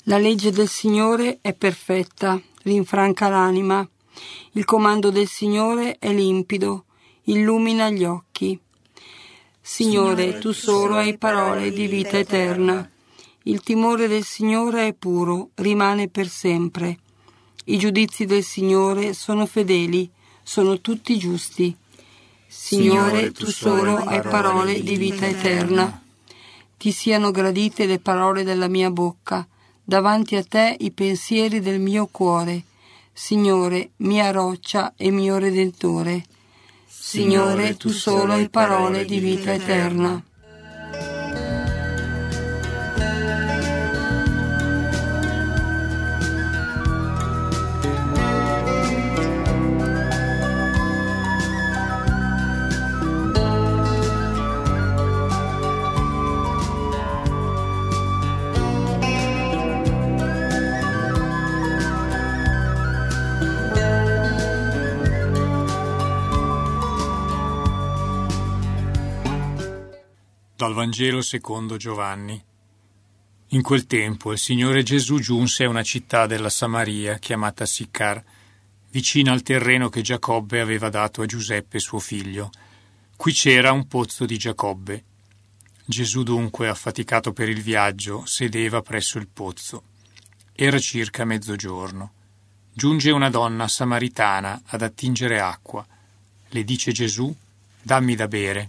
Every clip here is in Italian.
La legge del Signore è perfetta, rinfranca l'anima. Il comando del Signore è limpido, illumina gli occhi. Signore, tu solo hai parole di vita eterna. Il timore del Signore è puro, rimane per sempre. I giudizi del Signore sono fedeli, sono tutti giusti. Signore, tu solo hai parole di vita eterna. Ti siano gradite le parole della mia bocca, davanti a te i pensieri del mio cuore. Signore, mia roccia e mio Redentore. Signore, tu solo hai parole di vita eterna. Dal Vangelo secondo Giovanni. In quel tempo il Signore Gesù giunse a una città della Samaria chiamata Sicar, vicina al terreno che Giacobbe aveva dato a Giuseppe suo figlio. Qui c'era un pozzo di Giacobbe. Gesù dunque, affaticato per il viaggio, sedeva presso il pozzo. Era circa mezzogiorno. Giunge una donna samaritana ad attingere acqua. Le dice Gesù: «Dammi da bere».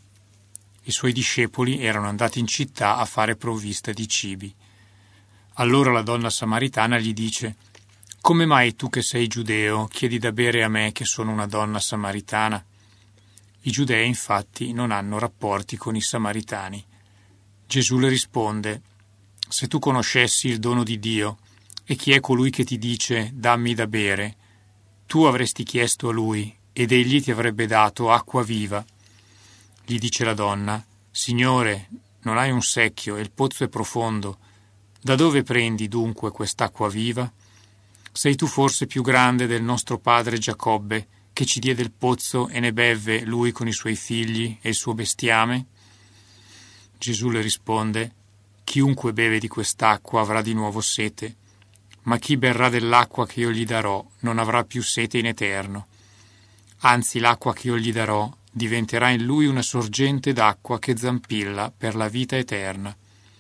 I suoi discepoli erano andati in città a fare provvista di cibi. Allora la donna samaritana gli dice: «Come mai tu che sei giudeo chiedi da bere a me che sono una donna samaritana?» I giudei infatti non hanno rapporti con i samaritani. Gesù le risponde: «Se tu conoscessi il dono di Dio e chi è colui che ti dice dammi da bere, tu avresti chiesto a lui ed egli ti avrebbe dato acqua viva». Gli dice la donna: «Signore, non hai un secchio e il pozzo è profondo. Da dove prendi dunque quest'acqua viva? Sei tu forse più grande del nostro padre Giacobbe, che ci diede il pozzo e ne bevve lui con i suoi figli e il suo bestiame?» Gesù le risponde: «Chiunque beve di quest'acqua avrà di nuovo sete, ma chi berrà dell'acqua che io gli darò non avrà più sete in eterno. Anzi, l'acqua che io gli darò diventerà in lui una sorgente d'acqua che zampilla per la vita eterna».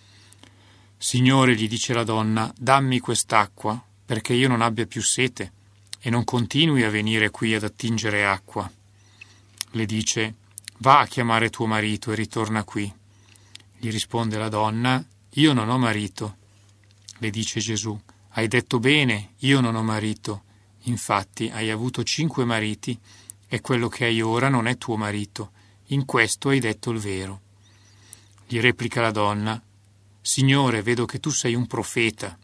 «Signore», gli dice la donna, «dammi quest'acqua, perché io non abbia più sete e non continui a venire qui ad attingere acqua». Le dice: «Va a chiamare tuo marito e ritorna qui». Gli risponde la donna: «Io non ho marito». Le dice Gesù: «Hai detto bene, io non ho marito. Infatti hai avuto 5 mariti e quello che hai ora non è tuo marito. In questo hai detto il vero». Gli replica la donna: «Signore, vedo che tu sei un profeta.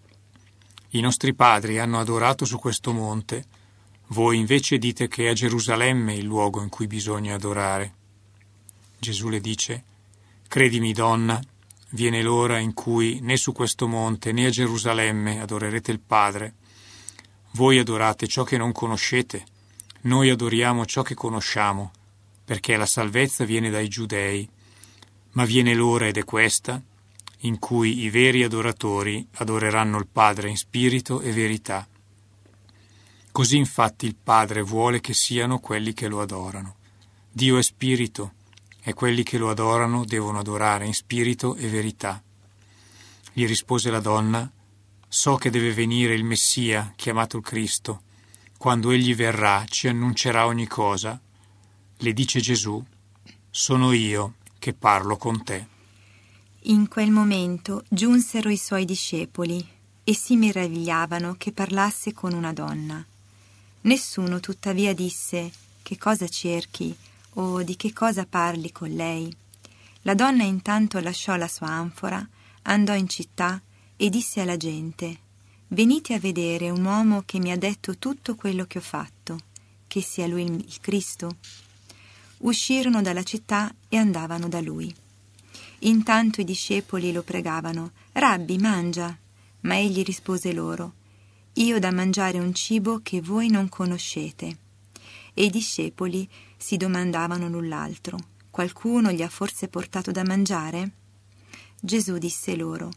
I nostri padri hanno adorato su questo monte, voi invece dite che è a Gerusalemme il luogo in cui bisogna adorare». Gesù le dice: «Credimi, donna, viene l'ora in cui né su questo monte né a Gerusalemme adorerete il Padre. Voi adorate ciò che non conoscete, noi adoriamo ciò che conosciamo, perché la salvezza viene dai giudei. Ma viene l'ora, ed è questa, in cui i veri adoratori adoreranno il Padre in spirito e verità. Così infatti il Padre vuole che siano quelli che lo adorano. Dio è spirito, e quelli che lo adorano devono adorare in spirito e verità». Gli rispose la donna: «So che deve venire il Messia, chiamato il Cristo. Quando egli verrà ci annuncerà ogni cosa». Le dice Gesù: «Sono io che parlo con te». In quel momento giunsero i suoi discepoli e si meravigliavano che parlasse con una donna. Nessuno tuttavia disse: «Che cosa cerchi?» o «Di che cosa parli con lei?» La donna intanto lasciò la sua anfora, andò in città e disse alla gente: «Venite a vedere un uomo che mi ha detto tutto quello che ho fatto. Che sia lui il Cristo?» Uscirono dalla città e andavano da lui. Intanto i discepoli lo pregavano: «Rabbi, mangia!» Ma egli rispose loro: «Io ho da mangiare un cibo che voi non conoscete». E i discepoli si domandavano l'un l'altro: «Qualcuno gli ha forse portato da mangiare?» Gesù disse loro: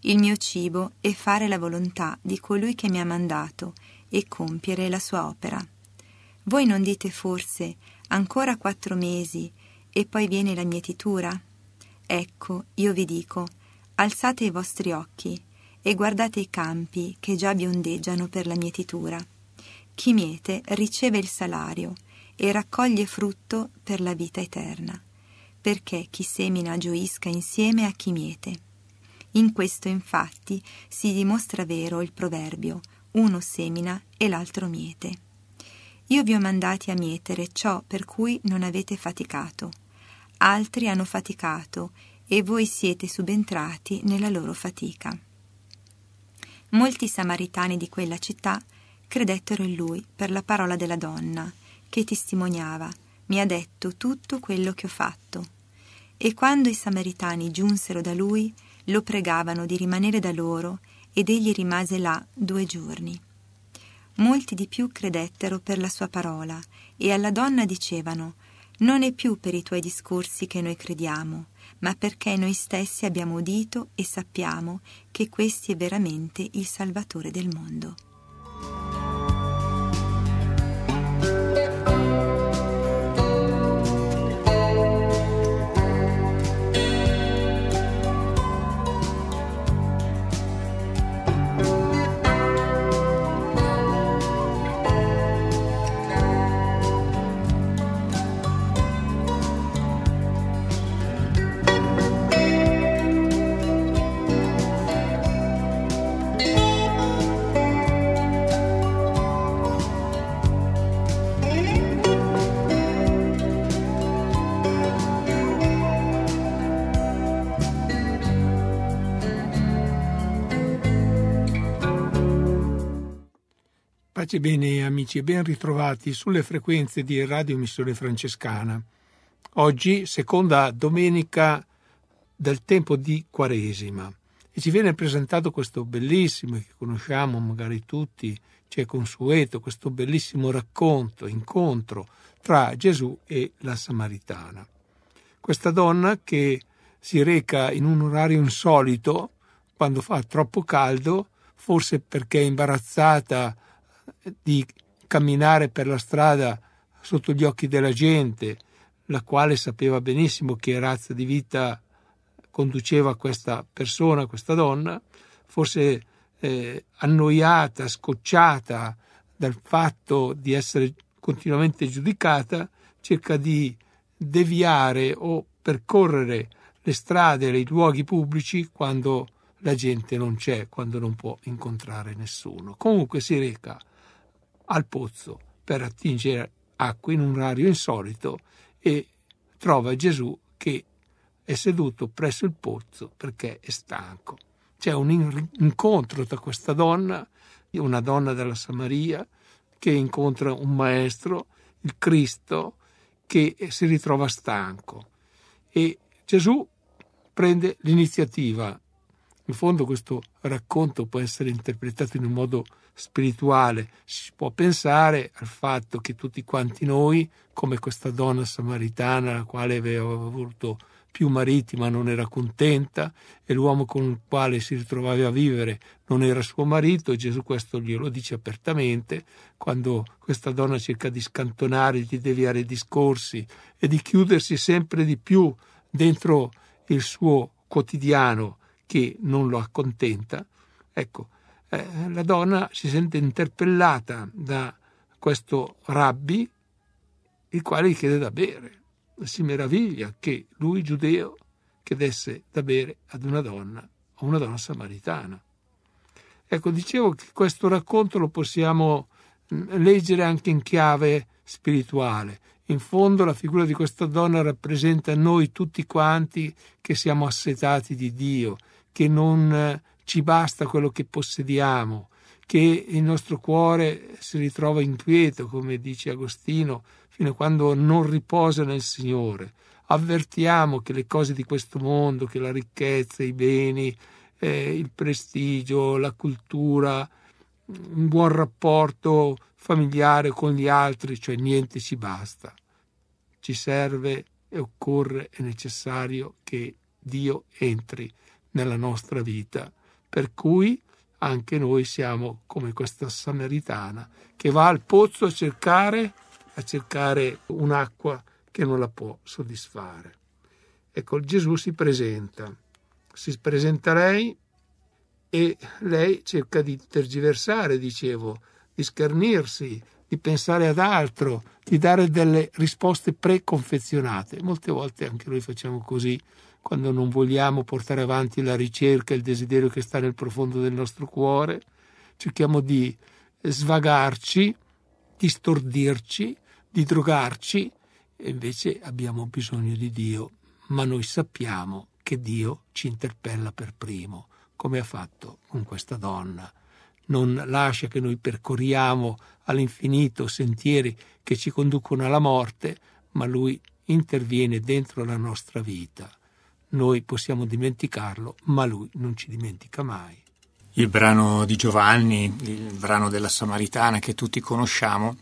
il mio cibo e fare la volontà di colui che mi ha mandato e compiere la sua opera. Voi non dite forse: ancora 4 mesi e poi viene la mietitura? Ecco, io vi dico: alzate i vostri occhi e guardate i campi che già biondeggiano per la mietitura. Chi miete riceve il salario e raccoglie frutto per la vita eterna, perché chi semina gioisca insieme a chi miete. In questo infatti si dimostra vero il proverbio: uno semina e l'altro miete. Io vi ho mandati a mietere ciò per cui non avete faticato. Altri hanno faticato e voi siete subentrati nella loro fatica. Molti samaritani di quella città credettero in lui per la parola della donna, che testimoniava: mi ha detto tutto quello che ho fatto. E quando i samaritani giunsero da lui, lo pregavano di rimanere da loro, ed egli rimase là 2 giorni. Molti di più credettero per la sua parola, e alla donna dicevano: non è più per i tuoi discorsi che noi crediamo, ma perché noi stessi abbiamo udito e sappiamo che questi è veramente il Salvatore del mondo. Pace bene amici e ben ritrovati sulle frequenze di Radio Missione Francescana. Oggi, seconda domenica del tempo di Quaresima, e ci viene presentato questo bellissimo, che conosciamo magari tutti, ci è consueto, questo bellissimo racconto, incontro tra Gesù e la Samaritana. Questa donna che si reca in un orario insolito, quando fa troppo caldo, forse perché è imbarazzata di camminare per la strada sotto gli occhi della gente, la quale sapeva benissimo che razza di vita conduceva questa persona, questa donna, forse annoiata, scocciata dal fatto di essere continuamente giudicata, cerca di deviare o percorrere le strade e i luoghi pubblici quando la gente non c'è, quando non può incontrare nessuno. Comunque si reca al pozzo per attingere acqua in un orario insolito e trova Gesù che è seduto presso il pozzo perché è stanco. C'è un incontro tra questa donna, una donna della Samaria, che incontra un maestro, il Cristo, che si ritrova stanco. E Gesù prende l'iniziativa. In fondo questo racconto può essere interpretato in un modo spirituale. Si può pensare al fatto che tutti quanti noi, come questa donna samaritana, la quale aveva avuto più mariti ma non era contenta, e l'uomo con il quale si ritrovava a vivere non era suo marito, e Gesù questo glielo dice apertamente, quando questa donna cerca di scantonare, di deviare i discorsi e di chiudersi sempre di più dentro il suo quotidiano che non lo accontenta. Ecco, la donna si sente interpellata da questo rabbi, il quale gli chiede da bere. Si meraviglia che lui, giudeo, chiedesse da bere ad una donna samaritana. Ecco, dicevo che questo racconto lo possiamo leggere anche in chiave spirituale. In fondo la figura di questa donna rappresenta noi tutti quanti che siamo assetati di Dio, che non ci basta quello che possediamo, che il nostro cuore si ritrova inquieto, come dice Agostino, fino a quando non riposa nel Signore. Avvertiamo che le cose di questo mondo, che la ricchezza, i beni, il prestigio, la cultura, un buon rapporto familiare con gli altri, cioè niente ci basta. Ci serve e occorre, è necessario che Dio entri nella nostra vita per cui anche noi siamo come questa samaritana che va al pozzo a cercare un'acqua che non la può soddisfare. Ecco, Gesù si presenta lei e lei cerca di tergiversare, dicevo, di schernirsi, di pensare ad altro, di dare delle risposte preconfezionate. Molte volte anche noi facciamo così, quando non vogliamo portare avanti la ricerca, il desiderio che sta nel profondo del nostro cuore, cerchiamo di svagarci, di stordirci, di drogarci, e invece abbiamo bisogno di Dio, ma noi sappiamo che Dio ci interpella per primo, come ha fatto con questa donna. Non lascia che noi percorriamo all'infinito sentieri che ci conducono alla morte, ma Lui interviene dentro la nostra vita. Noi possiamo dimenticarlo, ma Lui non ci dimentica mai. Il brano di Giovanni, il brano della Samaritana che tutti conosciamo,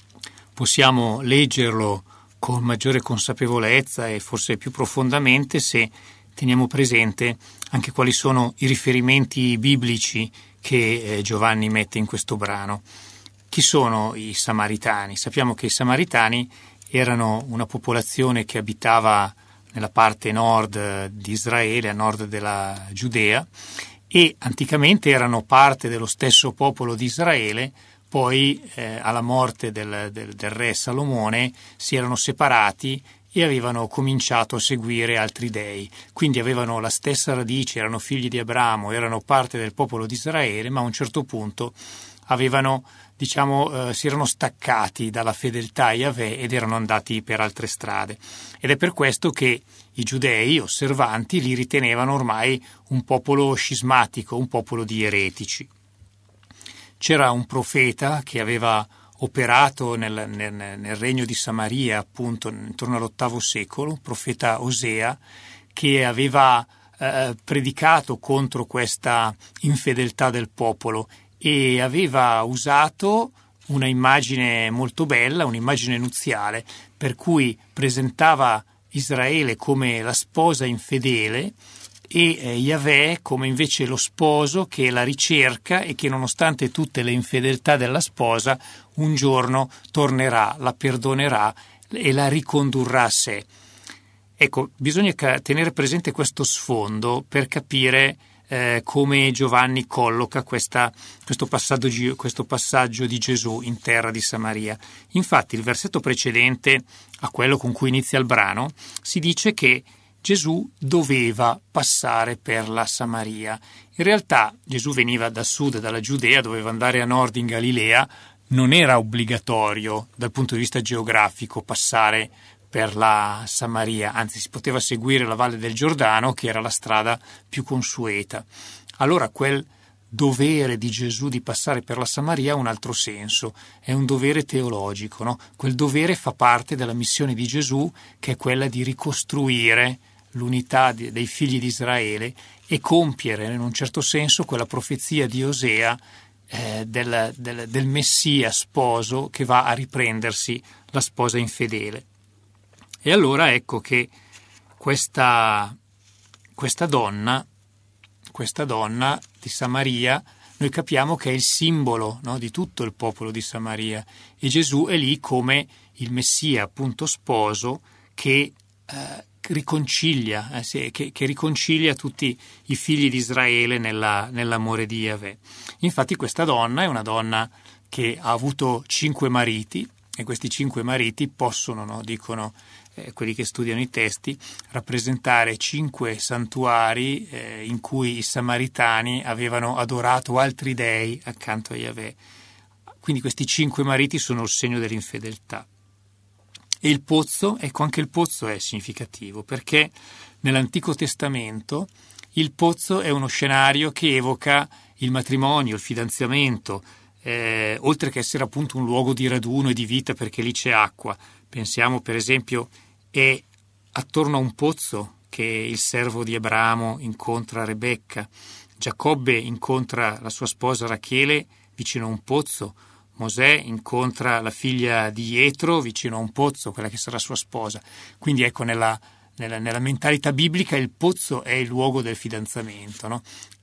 possiamo leggerlo con maggiore consapevolezza e forse più profondamente se teniamo presente anche quali sono i riferimenti biblici che Giovanni mette in questo brano. Chi sono i Samaritani? Sappiamo che i Samaritani erano una popolazione che abitava nella parte nord di Israele, a nord della Giudea, e anticamente erano parte dello stesso popolo di Israele. Poi alla morte del re Salomone si erano separati e avevano cominciato a seguire altri dei, quindi avevano la stessa radice, erano figli di Abramo, erano parte del popolo di Israele, ma a un certo punto avevano, si erano staccati dalla fedeltà a Yahweh ed erano andati per altre strade. Ed è per questo che i giudei osservanti li ritenevano ormai un popolo scismatico, un popolo di eretici. C'era un profeta che aveva operato nel regno di Samaria, appunto intorno all'VIII secolo, il profeta Osea, che aveva predicato contro questa infedeltà del popolo e aveva usato una immagine molto bella, un'immagine nuziale, per cui presentava Israele come la sposa infedele e Yahweh come invece lo sposo che la ricerca e che nonostante tutte le infedeltà della sposa un giorno tornerà, la perdonerà e la ricondurrà a sé. Ecco, bisogna tenere presente questo sfondo per capire come Giovanni colloca questo passaggio di Gesù in terra di Samaria. Infatti il versetto precedente a quello con cui inizia il brano si dice che Gesù doveva passare per la Samaria. In realtà Gesù veniva da sud, dalla Giudea, doveva andare a nord in Galilea, non era obbligatorio dal punto di vista geografico passare per la Samaria, anzi si poteva seguire la Valle del Giordano, che era la strada più consueta. Allora quel dovere di Gesù di passare per la Samaria ha un altro senso, è un dovere teologico, no? Quel dovere fa parte della missione di Gesù, che è quella di ricostruire l'unità dei figli di Israele e compiere in un certo senso quella profezia di Osea del Messia sposo che va a riprendersi la sposa infedele. E allora ecco che questa donna di Samaria, noi capiamo che è il simbolo, no, di tutto il popolo di Samaria, e Gesù è lì come il Messia, appunto sposo, che riconcilia tutti i figli di Israele nell'amore di Yahweh. Infatti questa donna è una donna che ha avuto 5 mariti, e questi 5 mariti possono, no, dicono quelli che studiano i testi, rappresentare 5 santuari in cui i samaritani avevano adorato altri dei accanto a Yahweh. Quindi questi 5 mariti sono il segno dell'infedeltà. E il pozzo, ecco, anche il pozzo è significativo, perché nell'Antico Testamento il pozzo è uno scenario che evoca il matrimonio, il fidanzamento, oltre che essere appunto un luogo di raduno e di vita perché lì c'è acqua. Pensiamo per esempio, è attorno a un pozzo che il servo di Abramo incontra Rebecca, Giacobbe incontra la sua sposa Rachele vicino a un pozzo, Mosè incontra la figlia di Jetro vicino a un pozzo, quella che sarà sua sposa. Quindi ecco, nella mentalità biblica il pozzo è il luogo del fidanzamento, no?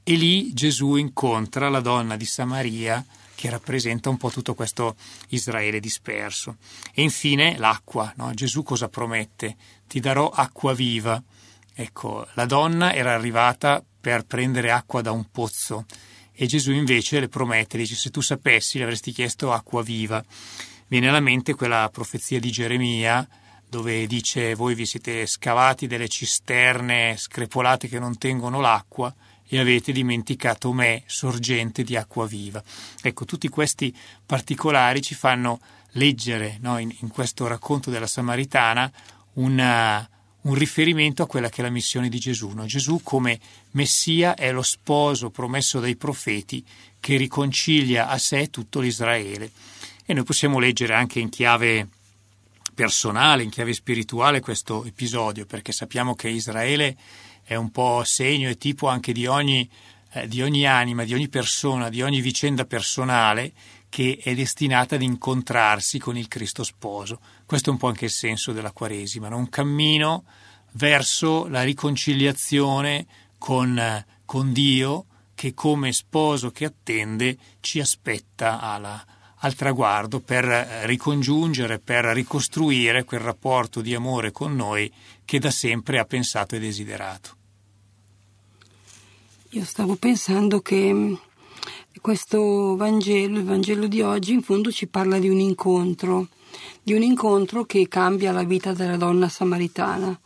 e lì Gesù incontra la donna di Samaria, che rappresenta un po' tutto questo Israele disperso. E infine l'acqua, no? Gesù cosa promette? Ti darò acqua viva. Ecco, la donna era arrivata per prendere acqua da un pozzo e Gesù invece le promette, dice: se tu sapessi, le avresti chiesto acqua viva. Viene alla mente quella profezia di Geremia dove dice: voi vi siete scavati delle cisterne screpolate che non tengono l'acqua e avete dimenticato me, sorgente di acqua viva. Ecco, tutti questi particolari ci fanno leggere, no, in questo racconto della Samaritana un riferimento a quella che è la missione di Gesù. No? Gesù come Messia è lo sposo promesso dai profeti che riconcilia a sé tutto l'Israele. E noi possiamo leggere anche in chiave personale, in chiave spirituale questo episodio, perché sappiamo che Israele è un po' segno e tipo anche di ogni anima, di ogni persona, di ogni vicenda personale che è destinata ad incontrarsi con il Cristo sposo. Questo è un po' anche il senso della Quaresima, no? Un cammino verso la riconciliazione con Dio, che come sposo che attende ci aspetta al traguardo per ricongiungere, per ricostruire quel rapporto di amore con noi che da sempre ha pensato e desiderato. Io stavo pensando che questo Vangelo, il Vangelo di oggi, in fondo ci parla di un incontro che cambia la vita della donna samaritana.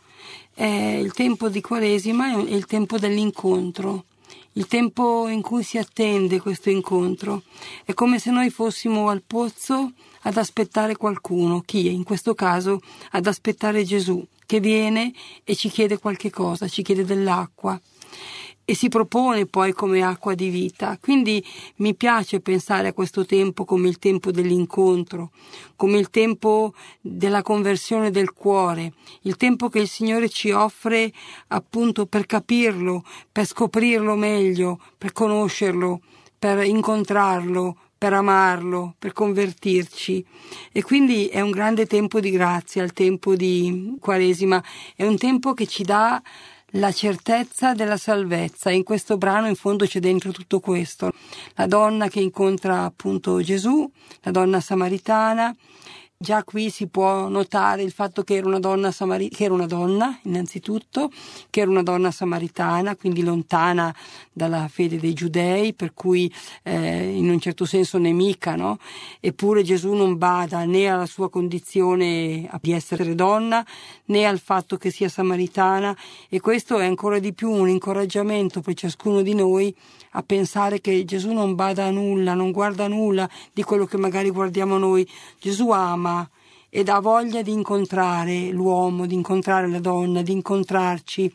Il tempo di Quaresima è il tempo dell'incontro, il tempo in cui si attende questo incontro. È come se noi fossimo al pozzo ad aspettare qualcuno, chi è? In questo caso ad aspettare Gesù, che viene e ci chiede qualche cosa, ci chiede dell'acqua e si propone poi come acqua di vita. Quindi mi piace pensare a questo tempo come il tempo dell'incontro, come il tempo della conversione del cuore, il tempo che il Signore ci offre appunto per capirlo, per scoprirlo meglio, per conoscerlo, per incontrarlo, per amarlo, per convertirci. E quindi è un grande tempo di grazia, il tempo di Quaresima, è un tempo che ci dà la certezza della salvezza. In questo brano in fondo c'è dentro tutto questo. La donna che incontra appunto Gesù, la donna samaritana. Già qui si può notare il fatto che era una donna innanzitutto, che era una donna samaritana, quindi lontana dalla fede dei giudei, per cui in un certo senso nemica, no? Eppure Gesù non bada né alla sua condizione di essere donna, né al fatto che sia samaritana, e questo è ancora di più un incoraggiamento per ciascuno di noi a pensare che Gesù non bada a nulla, non guarda nulla di quello che magari guardiamo noi. Gesù ama ed ha voglia di incontrare l'uomo, di incontrare la donna, di incontrarci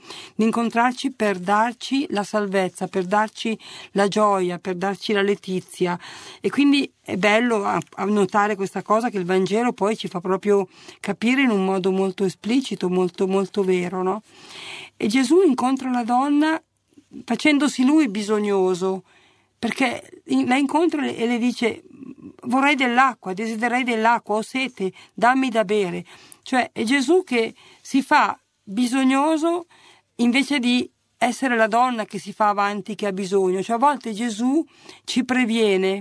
per darci la salvezza, per darci la gioia, per darci la letizia. E quindi è bello a notare questa cosa, che il Vangelo poi ci fa proprio capire in un modo molto esplicito, molto molto vero, no? E Gesù incontra la donna facendosi lui bisognoso, perché la incontra e le dice: vorrei dell'acqua, desidererei dell'acqua, ho sete, dammi da bere. Cioè è Gesù che si fa bisognoso invece di essere la donna che si fa avanti, che ha bisogno. Cioè a volte Gesù ci previene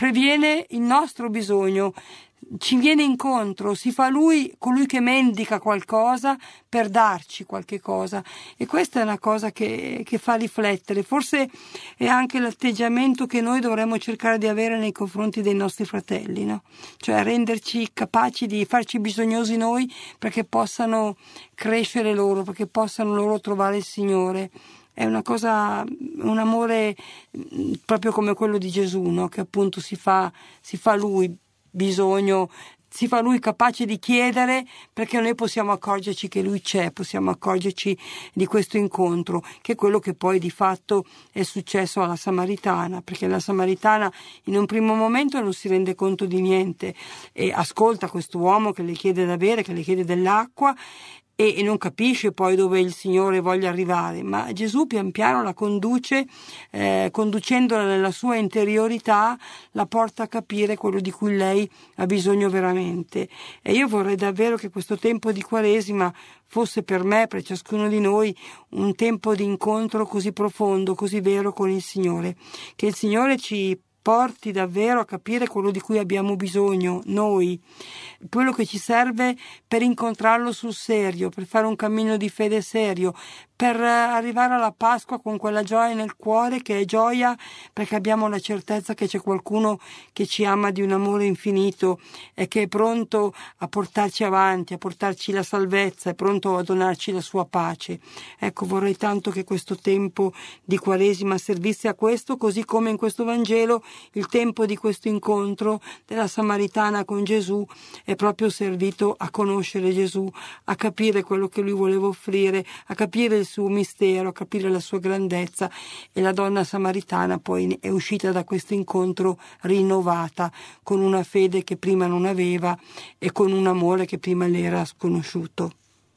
il nostro bisogno, ci viene incontro, si fa lui colui che mendica qualcosa per darci qualche cosa. E questa è una cosa che fa riflettere. Forse è anche l'atteggiamento che noi dovremmo cercare di avere nei confronti dei nostri fratelli, no? Cioè renderci capaci di farci bisognosi noi perché possano crescere loro, perché possano loro trovare il Signore. È una cosa, un amore proprio come quello di Gesù, no? Che appunto si fa lui bisogno, si fa lui capace di chiedere, perché noi possiamo accorgerci che lui c'è, possiamo accorgerci di questo incontro, che è quello che poi di fatto è successo alla Samaritana, perché la Samaritana in un primo momento non si rende conto di niente e ascolta questo uomo che le chiede da bere, che le chiede dell'acqua, e non capisce poi dove il Signore voglia arrivare, ma Gesù pian piano la conduce, conducendola nella sua interiorità, la porta a capire quello di cui lei ha bisogno veramente. E io vorrei davvero che questo tempo di Quaresima fosse per me, per ciascuno di noi, un tempo di incontro così profondo, così vero con il Signore, che il Signore ci porti davvero a capire quello di cui abbiamo bisogno noi, quello che ci serve per incontrarlo sul serio, per fare un cammino di fede serio, per arrivare alla Pasqua con quella gioia nel cuore, che è gioia perché abbiamo la certezza che c'è qualcuno che ci ama di un amore infinito e che è pronto a portarci avanti, a portarci la salvezza, è pronto a donarci la sua pace. Ecco, vorrei tanto che questo tempo di Quaresima servisse a questo, così come in questo Vangelo il tempo di questo incontro della Samaritana con Gesù è proprio servito a conoscere Gesù, a capire quello che lui voleva offrire, a capire il suo mistero, a capire la sua grandezza. E la donna samaritana poi è uscita da questo incontro rinnovata, con una fede che prima non aveva e con un amore che prima le era sconosciuto.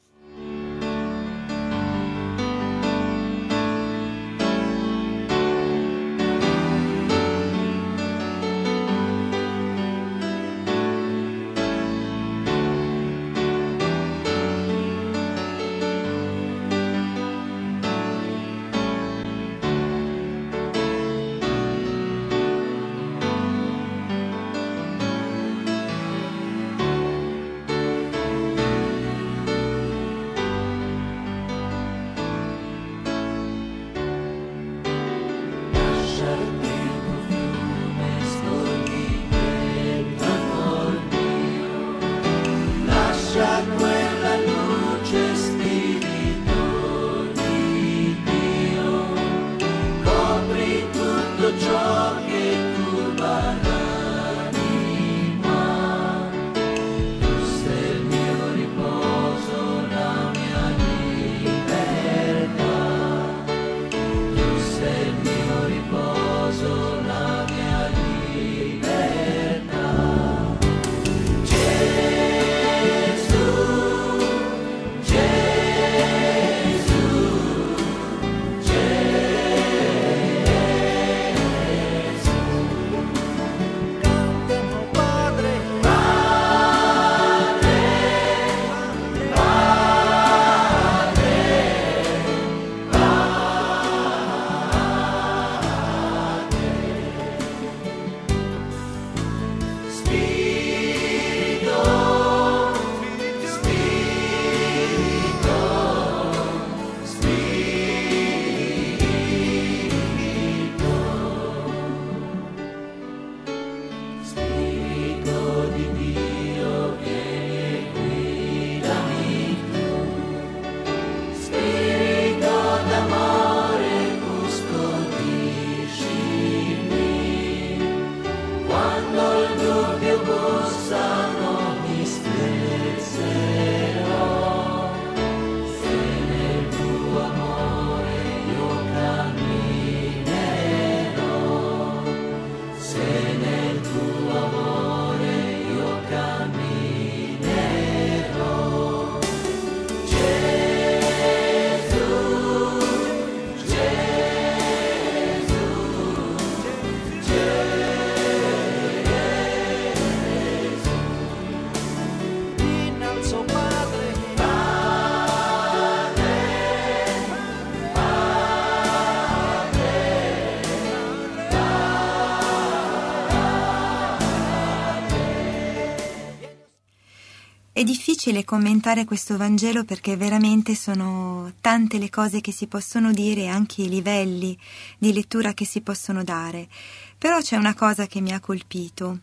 È difficile commentare questo Vangelo perché veramente sono tante le cose che si possono dire e anche i livelli di lettura che si possono dare. Però c'è una cosa che mi ha colpito.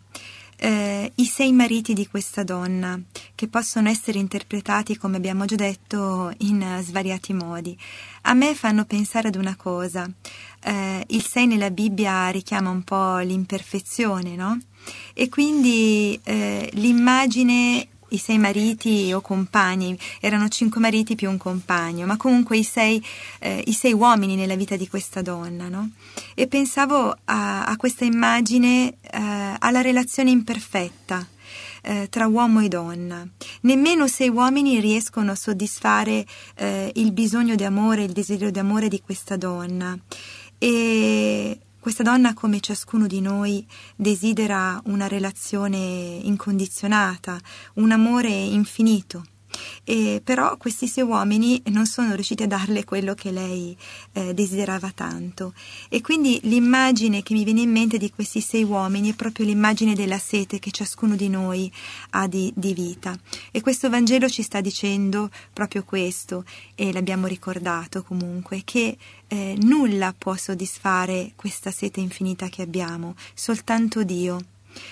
I 6 mariti di questa donna, che possono essere interpretati, come abbiamo già detto, in svariati modi. A me fanno pensare ad una cosa. Il 6 nella Bibbia richiama un po' l'imperfezione, no? E quindi l'immagine, i 6 mariti o compagni, erano 5 mariti più un compagno, ma comunque i 6 uomini nella vita di questa donna, no? E pensavo a questa immagine, alla relazione imperfetta, tra uomo e donna. Nemmeno 6 uomini riescono a soddisfare il bisogno di amore, il desiderio di amore di questa donna. E questa donna, come ciascuno di noi, desidera una relazione incondizionata, un amore infinito. Però questi 6 uomini non sono riusciti a darle quello che lei desiderava tanto, e quindi l'immagine che mi viene in mente di questi 6 uomini è proprio l'immagine della sete che ciascuno di noi ha di vita, e questo Vangelo ci sta dicendo proprio questo, e l'abbiamo ricordato comunque, che nulla può soddisfare questa sete infinita che abbiamo, soltanto Dio.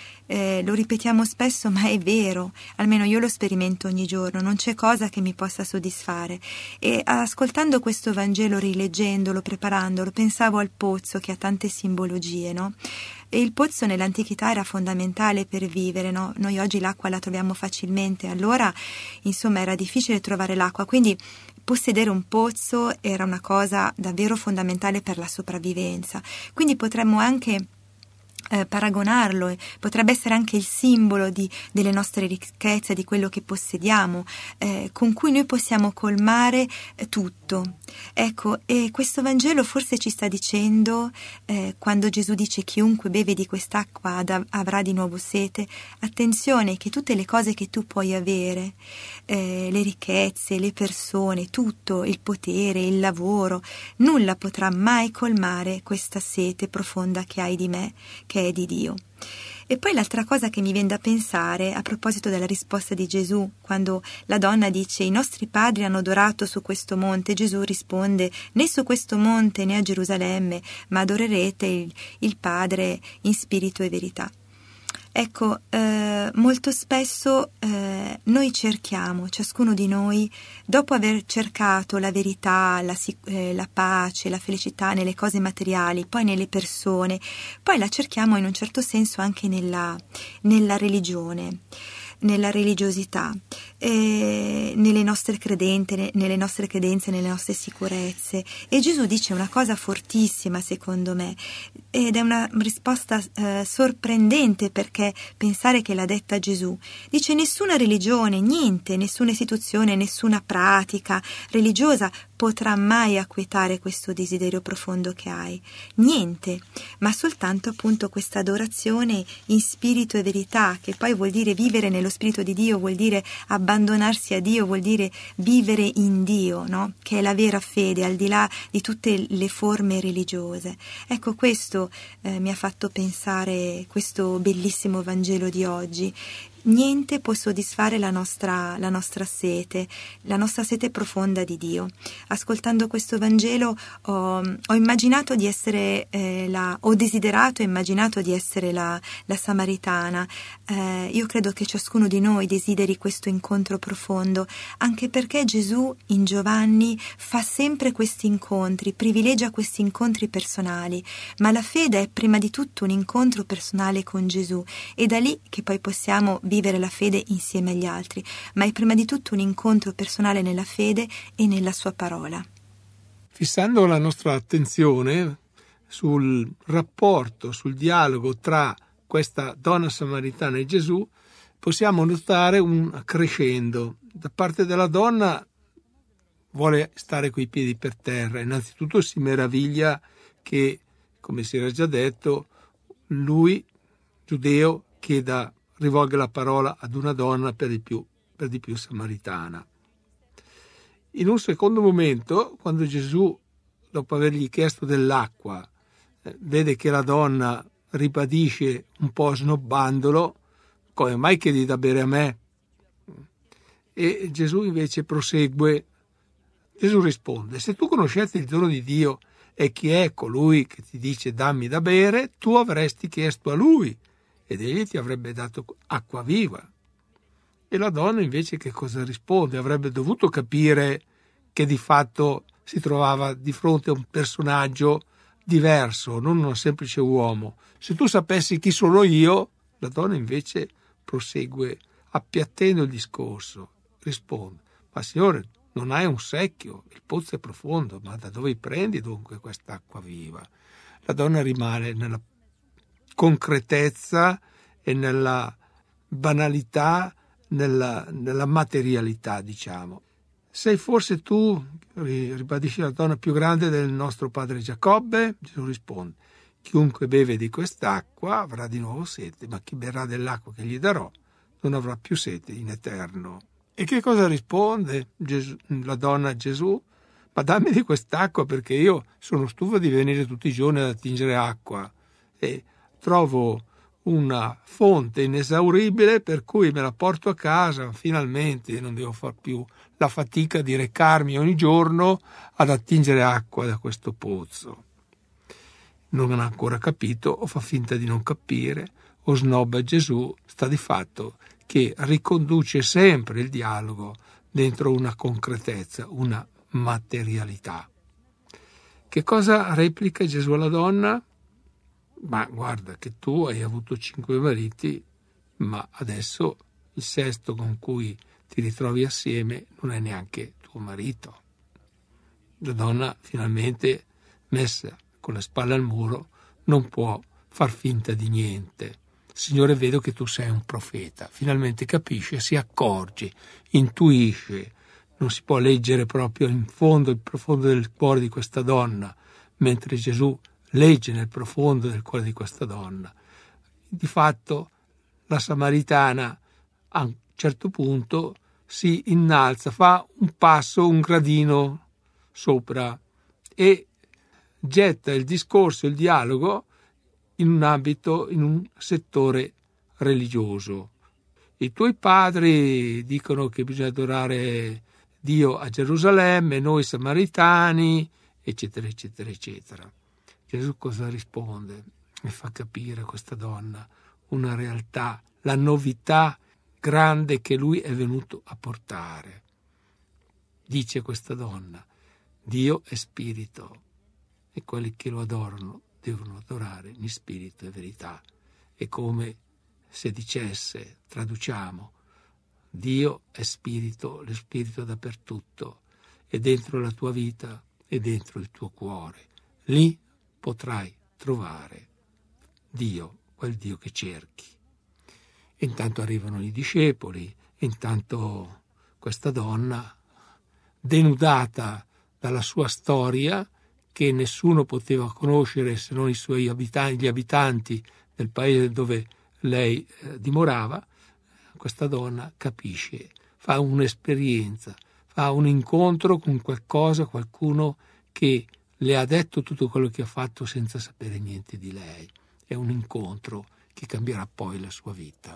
Lo ripetiamo spesso, ma è vero, almeno io lo sperimento ogni giorno, non c'è cosa che mi possa soddisfare. E ascoltando questo Vangelo, rileggendolo, preparandolo, pensavo al pozzo, che ha tante simbologie, no? E il pozzo nell'antichità era fondamentale per vivere, no? Noi oggi l'acqua la troviamo facilmente, allora insomma era difficile trovare l'acqua, quindi possedere un pozzo era una cosa davvero fondamentale per la sopravvivenza. Quindi potremmo anche paragonarlo, potrebbe essere anche il simbolo delle nostre ricchezze, di quello che possediamo, con cui noi possiamo colmare tutto. Ecco, e questo Vangelo forse ci sta dicendo, quando Gesù dice chiunque beve di quest'acqua avrà di nuovo sete, attenzione che tutte le cose che tu puoi avere, le ricchezze, le persone, tutto, il potere, il lavoro, nulla potrà mai colmare questa sete profonda che hai di me, che è di Dio. E poi l'altra cosa che mi viene da pensare, a proposito della risposta di Gesù, quando la donna dice i nostri padri hanno adorato su questo monte, Gesù risponde né su questo monte né a Gerusalemme, ma adorerete il Padre in spirito e verità. Ecco, molto spesso noi cerchiamo, ciascuno di noi, dopo aver cercato la verità, la pace, la felicità nelle cose materiali, poi nelle persone, poi la cerchiamo in un certo senso anche nella religione, nella religiosità, nelle nostre credenze, nelle nostre sicurezze. E Gesù dice una cosa fortissima, secondo me, ed è una risposta sorprendente, perché pensare che l'ha detta Gesù. Dice: nessuna religione, niente, nessuna istituzione, nessuna pratica religiosa potrà mai acquietare questo desiderio profondo che hai. Niente, ma soltanto appunto questa adorazione in spirito e verità, che poi vuol dire vivere nello spirito di Dio, vuol dire abbandonarsi a Dio, vuol dire vivere in Dio, no? Che è la vera fede, al di là di tutte le forme religiose. Ecco, questo mi ha fatto pensare questo bellissimo Vangelo di oggi. Niente può soddisfare la nostra sete profonda di Dio. Ascoltando questo Vangelo ho immaginato di essere ho desiderato e immaginato di essere la Samaritana. Io credo che ciascuno di noi desideri questo incontro profondo, anche perché Gesù in Giovanni fa sempre questi incontri, privilegia questi incontri personali, ma la fede è prima di tutto un incontro personale con Gesù, e da lì che poi possiamo vivere la fede insieme agli altri, ma è prima di tutto un incontro personale nella fede e nella sua parola. Fissando la nostra attenzione sul rapporto, sul dialogo tra questa donna samaritana e Gesù, possiamo notare un crescendo. Da parte della donna vuole stare coi piedi per terra, innanzitutto si meraviglia che, come si era già detto, lui, giudeo, rivolga la parola ad una donna per di più samaritana. In un secondo momento, quando Gesù, dopo avergli chiesto dell'acqua, vede che la donna ribadisce un po' snobbandolo: come mai chiedi da bere a me? E Gesù invece prosegue. Gesù risponde: se tu conoscessi il dono di Dio e chi è colui che ti dice dammi da bere, tu avresti chiesto a lui ed egli ti avrebbe dato acqua viva. E la donna invece che cosa risponde? Avrebbe dovuto capire che di fatto si trovava di fronte a un personaggio diverso, non un semplice uomo. Se tu sapessi chi sono io, la donna invece prosegue appiattendo il discorso, risponde: ma signore, non hai un secchio, il pozzo è profondo, ma da dove prendi dunque quest'acqua viva? La donna rimane nella concretezza e nella banalità, nella materialità, diciamo. Sei forse tu, ribadisci, la donna più grande del nostro padre Giacobbe? Gesù risponde: chiunque beve di quest'acqua avrà di nuovo sete, ma chi berrà dell'acqua che gli darò non avrà più sete in eterno. E che cosa risponde la donna a Gesù? Ma dammi di quest'acqua, perché io sono stufa di venire tutti i giorni ad attingere acqua e trovo una fonte inesauribile, per cui me la porto a casa finalmente, non devo far più la fatica di recarmi ogni giorno ad attingere acqua da questo pozzo. Non ha ancora capito, o fa finta di non capire, o snobba Gesù. Sta di fatto che riconduce sempre il dialogo dentro una concretezza, una materialità. Che cosa replica Gesù alla donna? Ma guarda che tu hai avuto 5 mariti, ma adesso il sesto con cui ti ritrovi assieme non è neanche tuo marito. La donna, finalmente messa con le spalle al muro, non può far finta di niente. Signore, vedo che tu sei un profeta. Finalmente capisce, si accorge, intuisce. Non si può leggere proprio in fondo, il profondo del cuore di questa donna, mentre Gesù legge nel profondo del cuore di questa donna. Di fatto la Samaritana a un certo punto si innalza, fa un passo, un gradino sopra e getta il discorso, il dialogo in un ambito, in un settore religioso. I tuoi padri dicono che bisogna adorare Dio a Gerusalemme, noi samaritani, eccetera, eccetera, eccetera. Gesù cosa risponde? E fa capire a questa donna una realtà, la novità grande che lui è venuto a portare. Dice questa donna: Dio è spirito e quelli che lo adorano devono adorare in spirito e verità. È come se dicesse, traduciamo, Dio è spirito, lo spirito dappertutto, è dentro la tua vita, è dentro il tuo cuore. Lì potrai trovare Dio, quel Dio che cerchi. E intanto arrivano i discepoli, e intanto questa donna, denudata dalla sua storia, che nessuno poteva conoscere se non i suoi abitanti, gli abitanti del paese dove lei dimorava, questa donna capisce, fa un'esperienza, fa un incontro con qualcosa, qualcuno che le ha detto tutto quello che ha fatto senza sapere niente di lei. È un incontro che cambierà poi la sua vita.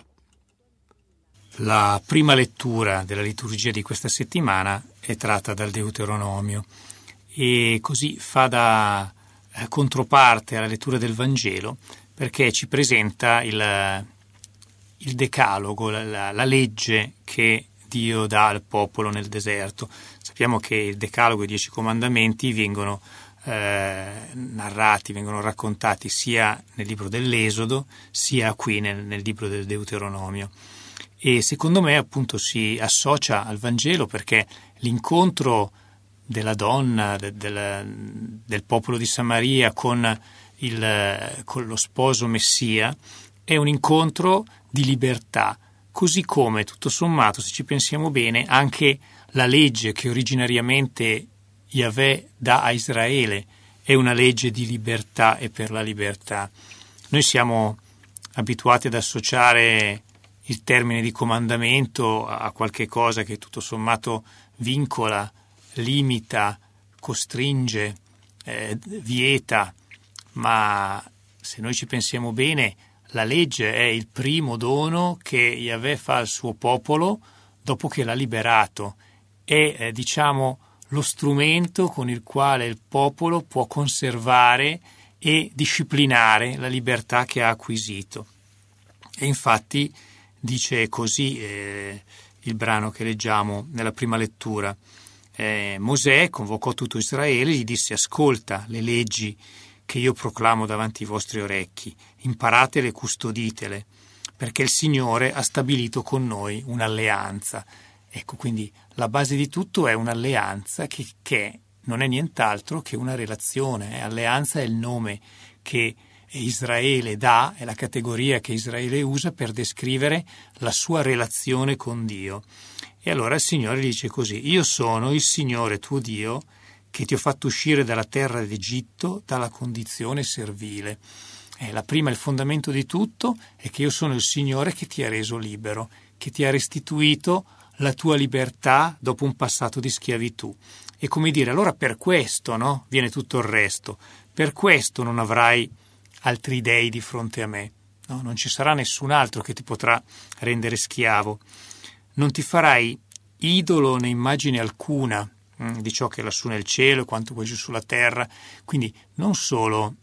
La prima lettura della liturgia di questa settimana è tratta dal Deuteronomio e così fa da controparte alla lettura del Vangelo, perché ci presenta il decalogo, la legge che Dio dà al popolo nel deserto. Sappiamo che il decalogo e i 10 comandamenti vengono narrati, vengono raccontati sia nel libro dell'Esodo sia qui nel libro del Deuteronomio, e secondo me appunto si associa al Vangelo, perché l'incontro della donna, del popolo di Samaria con lo sposo Messia è un incontro di libertà, così come tutto sommato, se ci pensiamo bene, anche la legge che originariamente Yahweh dà a Israele è una legge di libertà e per la libertà. Noi siamo abituati ad associare il termine di comandamento a qualche cosa che tutto sommato vincola, limita, costringe, vieta, ma se noi ci pensiamo bene, la legge è il primo dono che Yahweh fa al suo popolo dopo che l'ha liberato. È diciamo lo strumento con il quale il popolo può conservare e disciplinare la libertà che ha acquisito. E infatti dice così il brano che leggiamo nella prima lettura. Mosè convocò tutto Israele e gli disse: ascolta le leggi che io proclamo davanti ai vostri orecchi, imparatele e custoditele, perché il Signore ha stabilito con noi un'alleanza. Ecco, quindi la base di tutto è un'alleanza che non è nient'altro che una relazione. Alleanza è il nome che Israele dà, è la categoria che Israele usa per descrivere la sua relazione con Dio. E allora il Signore dice così: io sono il Signore tuo Dio che ti ho fatto uscire dalla terra d'Egitto, dalla condizione servile. La prima, il fondamento di tutto, è che io sono il Signore che ti ha reso libero, che ti ha restituito la tua libertà dopo un passato di schiavitù. E come dire, allora per questo, no, viene tutto il resto. Per questo non avrai altri dei di fronte a me. No? Non ci sarà nessun altro che ti potrà rendere schiavo. Non ti farai idolo né immagine alcuna di ciò che è lassù nel cielo e quanto poi giù sulla terra. Quindi non solo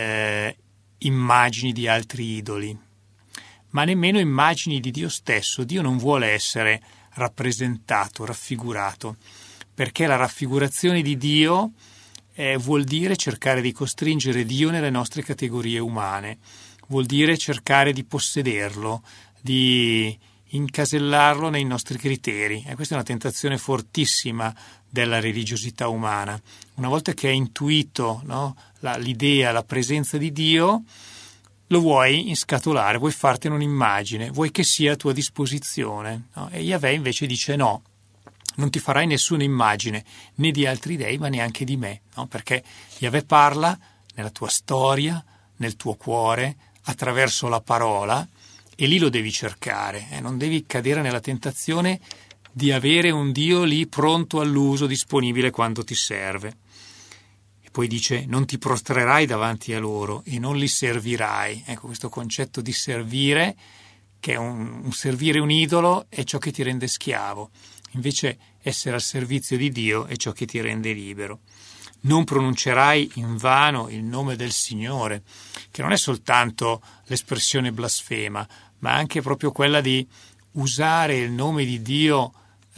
immagini di altri idoli, ma nemmeno immagini di Dio stesso. Dio non vuole essere rappresentato, raffigurato, perché la raffigurazione di Dio vuol dire cercare di costringere Dio nelle nostre categorie umane, vuol dire cercare di possederlo, di incasellarlo nei nostri criteri. E questa è una tentazione fortissima della religiosità umana. Una volta che hai intuito, no, l'idea, la presenza di Dio, lo vuoi inscatolare, vuoi fartene un'immagine, vuoi che sia a tua disposizione, no? E Yahweh invece dice no, non ti farai nessuna immagine né di altri dei ma neanche di me, no? Perché Yahweh parla nella tua storia, nel tuo cuore, attraverso la parola, e lì lo devi cercare, non devi cadere nella tentazione di avere un Dio lì pronto all'uso, disponibile quando ti serve. E poi dice: non ti prostrerai davanti a loro e non li servirai. Ecco, questo concetto di servire, che è un servire un idolo, è ciò che ti rende schiavo. Invece essere al servizio di Dio è ciò che ti rende libero. Non pronuncerai in vano il nome del Signore, che non è soltanto l'espressione blasfema, ma anche proprio quella di usare il nome di Dio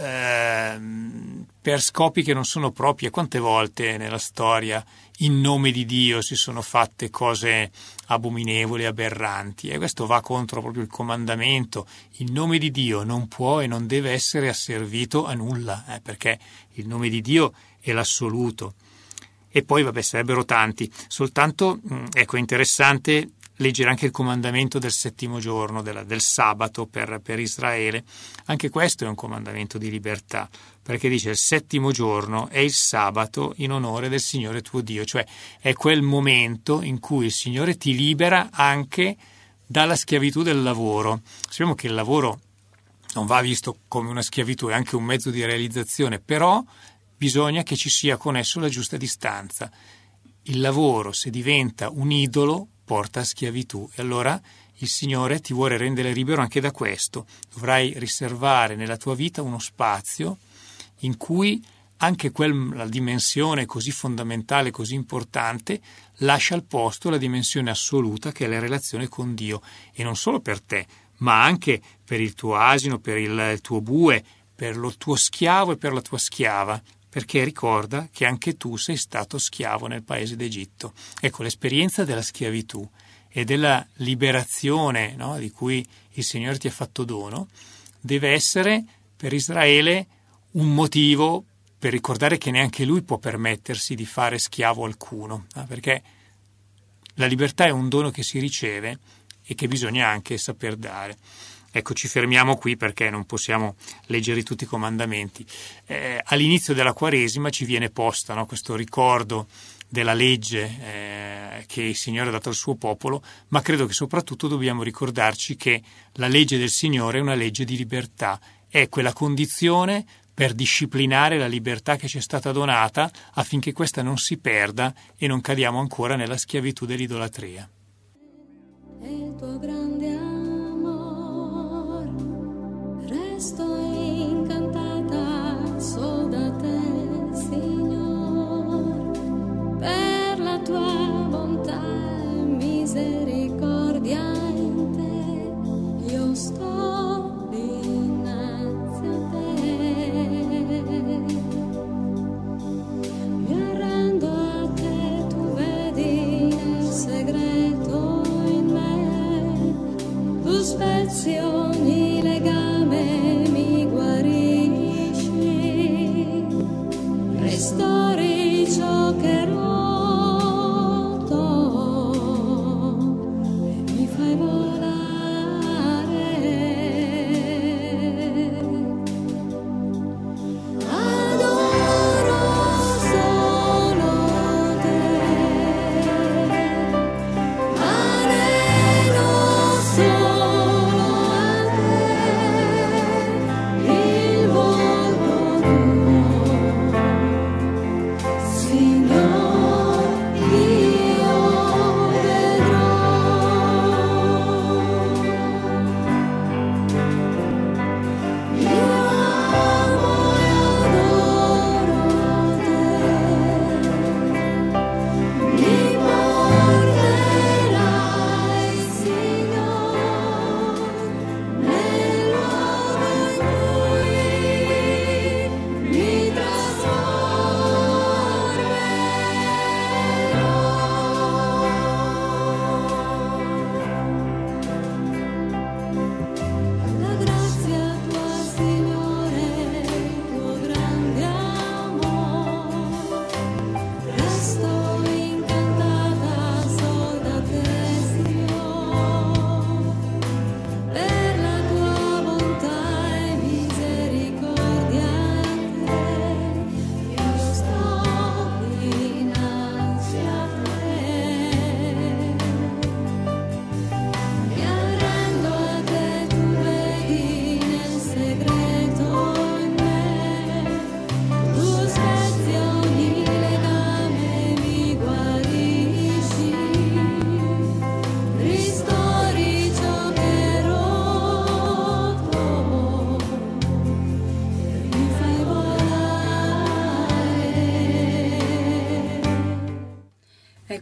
per scopi che non sono propri. E quante volte nella storia in nome di Dio si sono fatte cose abominevoli, aberranti, e questo va contro proprio il comandamento. Il nome di Dio non può e non deve essere asservito a nulla, perché il nome di Dio è l'assoluto. E poi sarebbero tanti, soltanto ecco, è interessante leggere anche il comandamento del settimo giorno, del sabato per Israele. Anche questo è un comandamento di libertà, perché dice: il settimo giorno è il sabato in onore del Signore tuo Dio, cioè è quel momento in cui il Signore ti libera anche dalla schiavitù del lavoro. Sappiamo che il lavoro non va visto come una schiavitù, è anche un mezzo di realizzazione, però bisogna che ci sia con esso la giusta distanza. Il lavoro, se diventa un idolo, porta a schiavitù, e allora il Signore ti vuole rendere libero anche da questo. Dovrai riservare nella tua vita uno spazio in cui anche la dimensione così fondamentale, così importante, lascia al posto la dimensione assoluta che è la relazione con Dio, e non solo per te, ma anche per il tuo asino, per il tuo bue, per il tuo schiavo e per la tua schiava, perché ricorda che anche tu sei stato schiavo nel paese d'Egitto. Ecco, l'esperienza della schiavitù e della liberazione, no, di cui il Signore ti ha fatto dono, deve essere per Israele un motivo per ricordare che neanche lui può permettersi di fare schiavo alcuno, perché la libertà è un dono che si riceve e che bisogna anche saper dare. Ecco, ci fermiamo qui perché non possiamo leggere tutti i comandamenti. All'inizio della Quaresima ci viene posta, no, questo ricordo della legge che il Signore ha dato al suo popolo, ma credo che soprattutto dobbiamo ricordarci che la legge del Signore è una legge di libertà, è quella condizione per disciplinare la libertà che ci è stata donata affinché questa non si perda e non cadiamo ancora nella schiavitù dell'idolatria. Il tuo grande amor, resto incantata sol da te, Signor, per la tua bontà e misericordia in te, io sto dinanzi a te. Mi arrendo a te, tu vedi nel segreto in me, tu spezzi ogni legame, mi guarisci, ristori ciò che è rotto,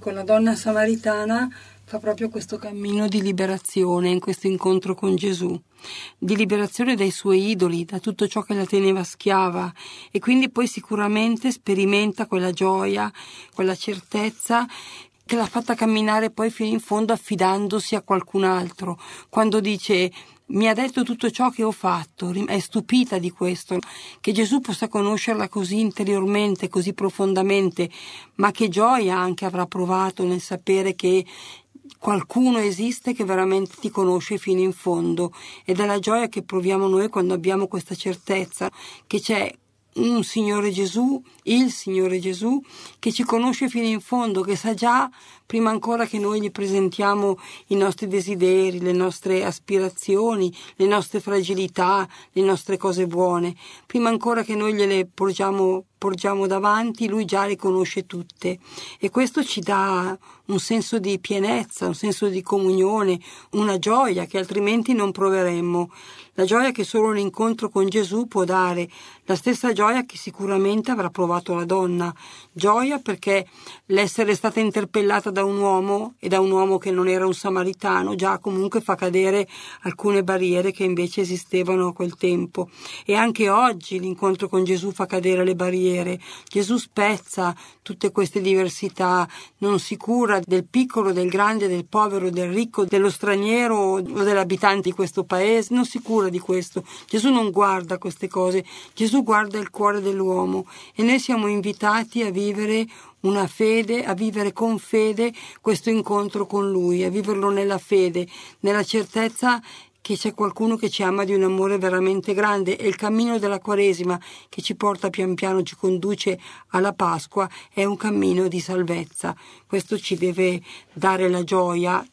Ecco, la donna samaritana fa proprio questo cammino di liberazione in questo incontro con Gesù, di liberazione dai suoi idoli, da tutto ciò che la teneva schiava, e quindi poi sicuramente sperimenta quella gioia, quella certezza che l'ha fatta camminare poi fino in fondo affidandosi a qualcun altro, quando dice: mi ha detto tutto ciò che ho fatto, è stupita di questo, che Gesù possa conoscerla così interiormente, così profondamente, ma che gioia anche avrà provato nel sapere che qualcuno esiste che veramente ti conosce fino in fondo, ed è la gioia che proviamo noi quando abbiamo questa certezza che c'è un Signore Gesù, il Signore Gesù, che ci conosce fino in fondo, che sa già, prima ancora che noi gli presentiamo i nostri desideri, le nostre aspirazioni, le nostre fragilità, le nostre cose buone, prima ancora che noi gliele porgiamo davanti, lui già le conosce tutte, e questo ci dà un senso di pienezza, un senso di comunione, una gioia che altrimenti non proveremmo, la gioia che solo l'incontro con Gesù può dare, la stessa gioia che sicuramente avrà provato la donna, gioia perché l'essere stata interpellata da un uomo, e da un uomo che non era un samaritano, già comunque fa cadere alcune barriere che invece esistevano a quel tempo, e anche oggi l'incontro con Gesù fa cadere le barriere. Gesù spezza tutte queste diversità, non si cura del piccolo, del grande, del povero, del ricco, dello straniero o dell'abitante di questo paese, non si cura di questo. Gesù non guarda queste cose, Gesù guarda il cuore dell'uomo, e noi siamo invitati a vivere una fede, a vivere con fede questo incontro con Lui, a viverlo nella fede, nella certezza che c'è qualcuno che ci ama di un amore veramente grande, e il cammino della Quaresima che ci porta pian piano, ci conduce alla Pasqua, è un cammino di salvezza. Questo ci deve dare la gioia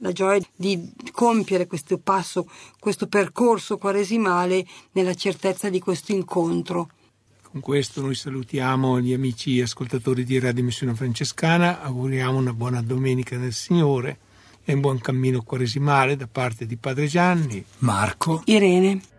di compiere questo passo, questo percorso quaresimale nella certezza di questo incontro. Con questo noi salutiamo gli amici ascoltatori di Radio Missione Francescana, auguriamo una buona domenica del Signore e un buon cammino quaresimale da parte di Padre Gianni, Marco, Irene.